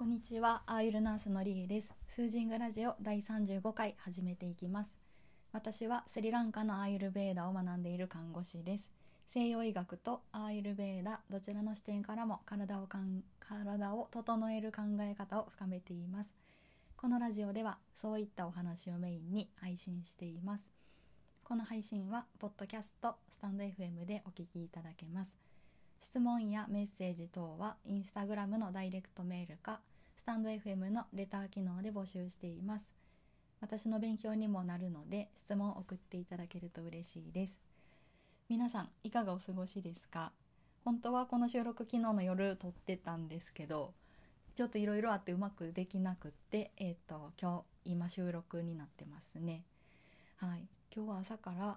こんにちは、アーユルナースのリエです。スージングラジオ第35回始めていきます。私はスリランカのアーユルベーダを学んでいる看護師です。西洋医学とアーユルベーダどちらの視点からも体を整える考え方を深めています。このラジオではそういったお話をメインに配信しています。この配信はポッドキャスト、スタンド FM でお聞きいただけます。質問やメッセージ等はインスタグラムのダイレクトメールかスタンド FM のレター機能で募集しています。私の勉強にもなるので質問を送っていただけると嬉しいです。皆さんいかがお過ごしですか？本当はこの収録昨日の夜撮ってたんですけど、ちょっといろいろあってうまくできなくって、今収録になってますね。はい、今日は朝から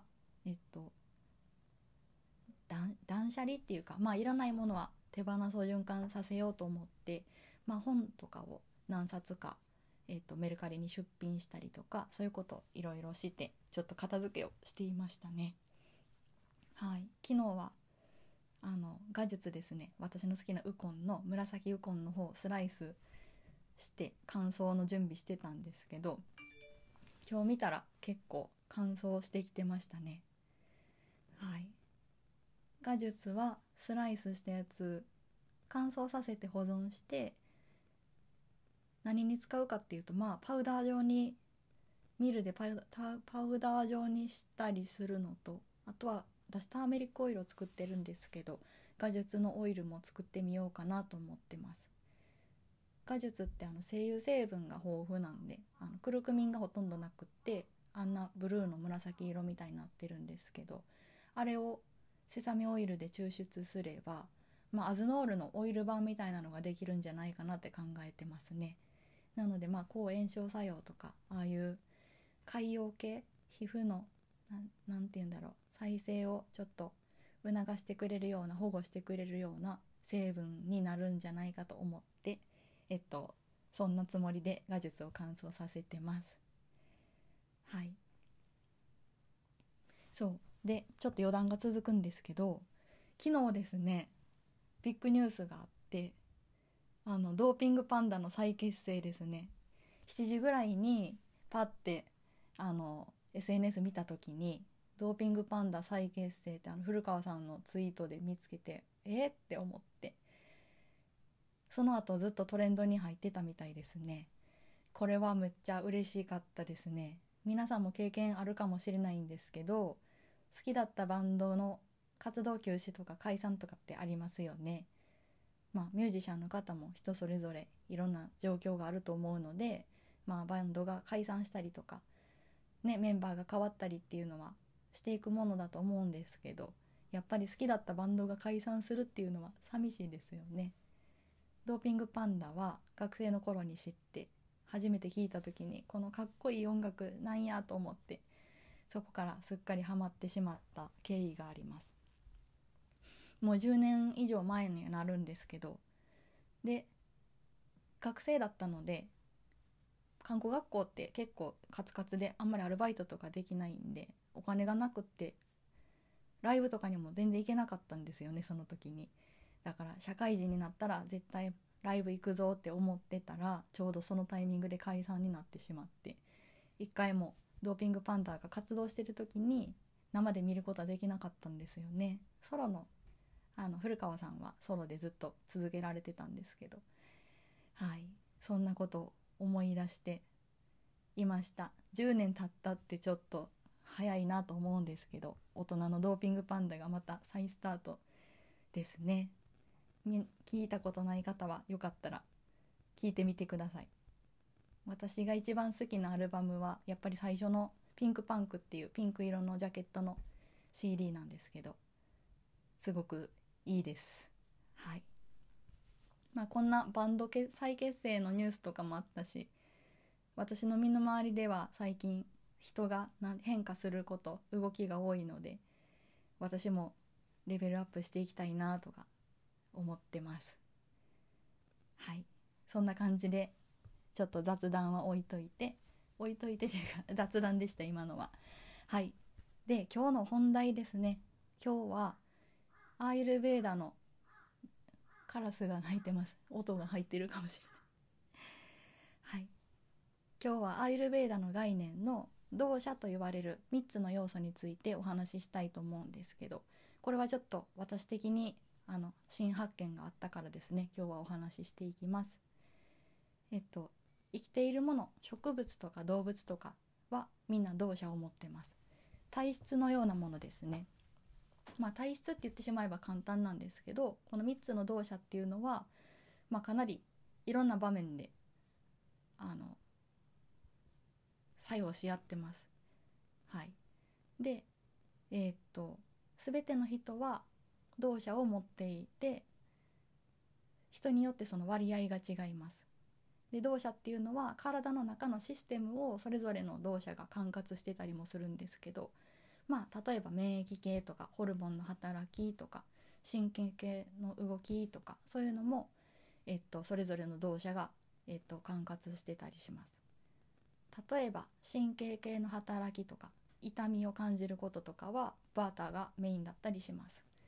断捨離っていうか、いらないものは手放そう、循環させようと思って、本とかを何冊か、メルカリに出品したりとか、そういうことをいろいろしてちょっと片付けをしていましたね。はい、昨日は画術ですね、私の好きなウコンの紫ウコンの方をスライスして乾燥の準備してたんですけど、今日見たら結構乾燥してきてましたね。はい、画術はスライスしたやつ乾燥させて保存して、何に使うかっていうと、パウダー状にミルでパウダー状にしたりするのと、あとは私ターメリックオイルを作ってるんですけど、画術のオイルも作ってみようかなと思ってます。画術って精油成分が豊富なんで、クルクミンがほとんどなくって、あんなブルーの紫色みたいになってるんですけど、あれをセサミオイルで抽出すれば、アズノールのオイル版みたいなのができるんじゃないかなって考えてますね。なので抗炎症作用とか、ああいう海洋系、皮膚のなんて言うんだろう、再生をちょっと促してくれるような、保護してくれるような成分になるんじゃないかと思って、そんなつもりで画術を乾燥させてます。はい、そうで、ちょっと余談が続くんですけど、昨日ですね、ビッグニュースがあって、ドーピングパンダの再結成ですね。7時ぐらいにパッてSNS 見た時に、ドーピングパンダ再結成って古川さんのツイートで見つけて、って思って、その後ずっとトレンドに入ってたみたいですね。これはむっちゃ嬉しかったですね。皆さんも経験あるかもしれないんですけど、好きだったバンドの活動休止とか解散とかってありますよね。ミュージシャンの方も人それぞれいろんな状況があると思うので、バンドが解散したりとか、メンバーが変わったりっていうのはしていくものだと思うんですけど、やっぱり好きだったバンドが解散するっていうのは寂しいですよね。ドーピングパンダは学生の頃に知って、初めて聴いた時にこのかっこいい音楽なんやと思って、そこからすっかりハマってしまった経緯があります。もう10年以上前になるんですけど、で学生だったので、看護学校って結構カツカツで、あんまりアルバイトとかできないんで、お金がなくってライブとかにも全然行けなかったんですよね、その時に。だから社会人になったら絶対ライブ行くぞって思ってたら、ちょうどそのタイミングで解散になってしまって、一回もドーピングパンダが活動してる時に生で見ることはできなかったんですよね。ソロの古川さんはソロでずっと続けられてたんですけど、はい、そんなことを思い出していました。10年経ったってちょっと早いなと思うんですけど、大人のドーピングパンダがまた再スタートですね。聞いたことない方はよかったら聞いてみてください。私が一番好きなアルバムはやっぱり最初のピンクパンクっていうピンク色のジャケットの CD なんですけど、すごくいいです。はい、こんなバンド再結成のニュースとかもあったし、私の身の回りでは最近人が変化すること、動きが多いので、私もレベルアップしていきたいなとか思ってます。はい、そんな感じでちょっと雑談は置いといてというか雑談でした今のは。はい、で今日の本題ですね。今日はアーユルヴェーダのカラスが鳴いてます。音が入ってるかもしれない。 今日はアーユルヴェーダの概念の動作と言われる3つの要素についてお話ししたいと思うんですけど、これはちょっと私的に新発見があったからですね、今日はお話ししていきます。生きているもの、植物とか動物とかはみんな動作を持ってます。体質のようなものですね。体質って言ってしまえば簡単なんですけど、この3つの動作っていうのは、かなりいろんな場面で作用し合ってます。はい。で、全ての人は動作を持っていて、人によってその割合が違います。で、動作っていうのは体の中のシステムをそれぞれの動作が管轄してたりもするんですけど、例えば免疫系とかホルモンの働きとか神経系の動きとか、そういうのも、それぞれの動作が、管轄してたりします。例えば神経系の働きとか痛みを感じることとかはバータがメインだったりします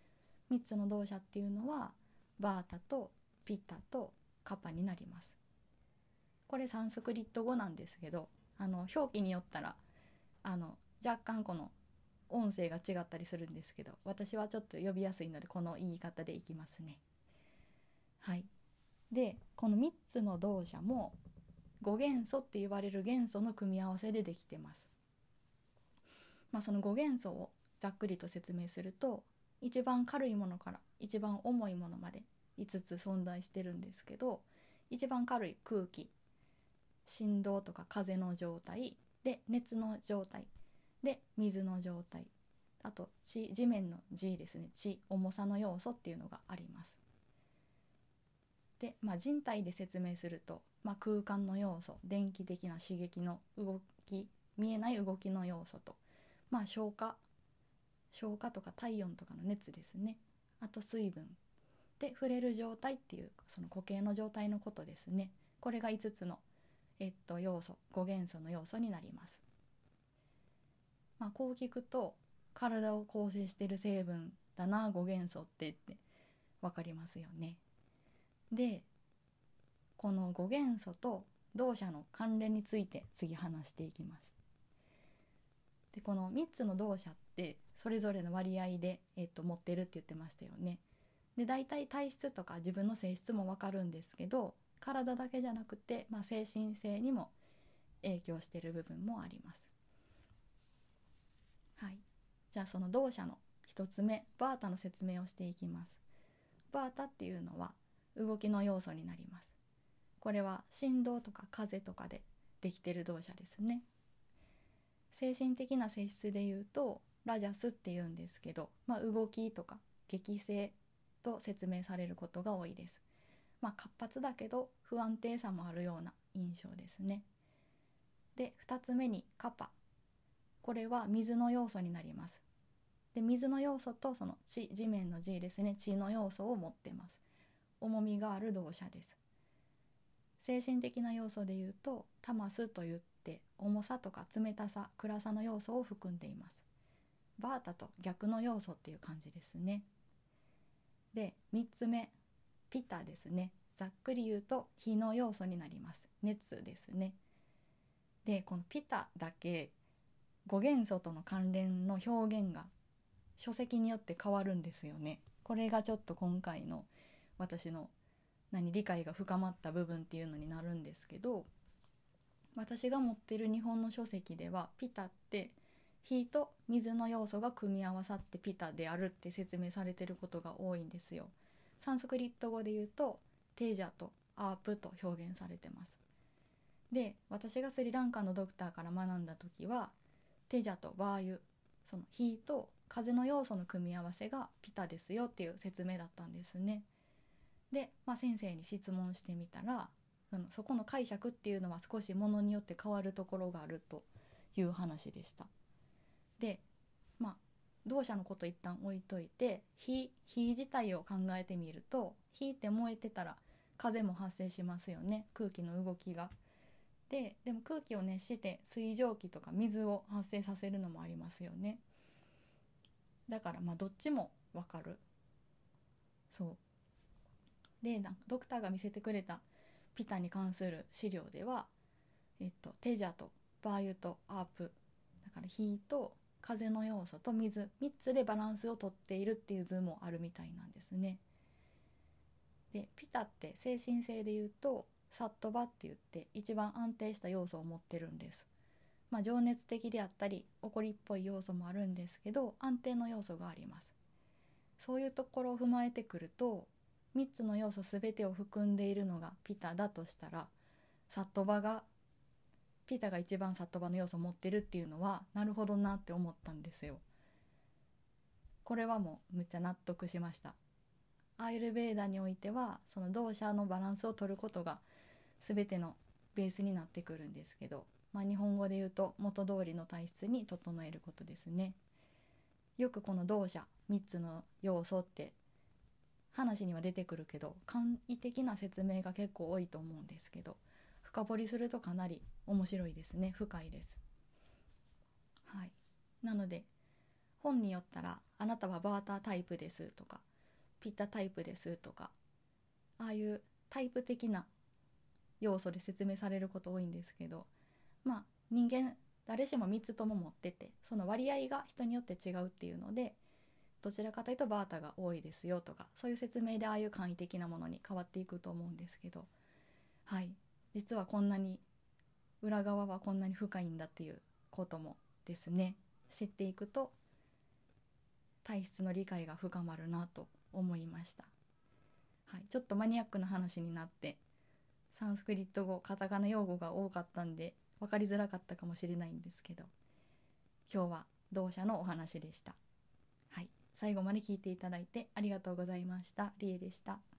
。3つの動作っていうのはバータとピッタとカパになります。これサンスクリット語なんですけど、表記によったら若干この音声が違ったりするんですけど、私はちょっと呼びやすいのでこの言い方でいきますね。はい。で、この3つの動作も5元素って言われる元素の組み合わせでできてます。その5元素をざっくりと説明すると、一番軽いものから一番重いものまで5つ存在してるんですけど、一番軽い空気、振動とか風の状態で、熱の状態で、水の状態、あと地面の G ですね、重さの要素っていうのがあります。で、人体で説明すると、空間の要素、電気的な刺激の動き、見えない動きの要素と、消化とか体温とかの熱ですね、あと水分で、触れる状態っていうその固形の状態のことですね。これが5つの、要素、5元素の要素になります。こう聞くと体を構成している成分だな、5元素って分かりますよね。で、この5元素と動作の関連について次話していきます。で、この3つの動作ってそれぞれの割合で、持ってるって言ってましたよね。で、大体体質とか自分の性質も分かるんですけど、体だけじゃなくて、精神性にも影響している部分もあります。はい。じゃあその動作の1つ目、バータの説明をしていきます。バータっていうのは動きの要素になります。これは振動とか風とかでできている動作ですね。精神的な性質でいうとラジャスっていうんですけど、動きとか激性と説明されることが多いです。活発だけど不安定さもあるような印象ですね。で、2つ目にカパ、これは水の要素になります。で、水の要素とその地面の G ですね、地の要素を持ってます。重みがある動作です。精神的な要素でいうとタマスといって重さとか冷たさ、暗さの要素を含んでいます。バータと逆の要素っていう感じですね。で、3つ目ピタですね。ざっくり言うと火の要素になります。熱ですね。で、このピタだけ5元素との関連の表現が書籍によって変わるんですよね。これがちょっと今回の私の理解が深まった部分っていうのになるんですけど、私が持ってる日本の書籍ではピタって火と水の要素が組み合わさってピタであるって説明されてることが多いんですよ。サンスクリット語で言うとテージャとアープと表現されてます。で、私がスリランカのドクターから学んだ時はテジャとバーユ、その火と風の要素の組み合わせがピタですよっていう説明だったんですね。で、先生に質問してみたら、そこの解釈っていうのは少しものによって変わるところがあるという話でした。で、動作のこと一旦置いといて、火自体を考えてみると、火って燃えてたら風も発生しますよね、空気の動きが。でも空気を熱して水蒸気とか水を発生させるのもありますよね。だからどっちもわかる。そうで、ドクターが見せてくれたピタに関する資料では、 テジャとバーユとアープだから火と風の要素と水3つでバランスをとっているっていう図もあるみたいなんですね。でピタって精神性で言うとサットバって言って一番安定した要素を持ってるんです。情熱的であったり怒りっぽい要素もあるんですけど安定の要素があります。そういうところを踏まえてくると3つの要素全てを含んでいるのがピタだとしたらサットバがピタが一番サットバの要素を持ってるっていうのはなるほどなって思ったんですよ。これはもうむっちゃ納得しました。アーユルヴェーダにおいてはその同社のバランスを取ることが全てのベースになってくるんですけど、日本語で言うと元通りの体質に整えることですね。よくこの同社3つの要素って話には出てくるけど簡易的な説明が結構多いと思うんですけど、深掘りするとかなり面白いですね。深いです。はい。なので本によったらあなたはバータータイプですとかピッタタイプですとかああいうタイプ的な要素で説明されること多いんですけど、人間誰しも3つとも持っててその割合が人によって違うっていうのでどちらかというとバータが多いですよとかそういう説明でああいう簡易的なものに変わっていくと思うんですけど、はい、実はこんなに裏側はこんなに深いんだっていうこともですね知っていくと体質の理解が深まるなと思いました。はい、ちょっとマニアックな話になってサンスクリット語カタカナ用語が多かったんで分かりづらかったかもしれないんですけど、今日は同社のお話でした。はい、最後まで聞いていただいてありがとうございました。リエでした。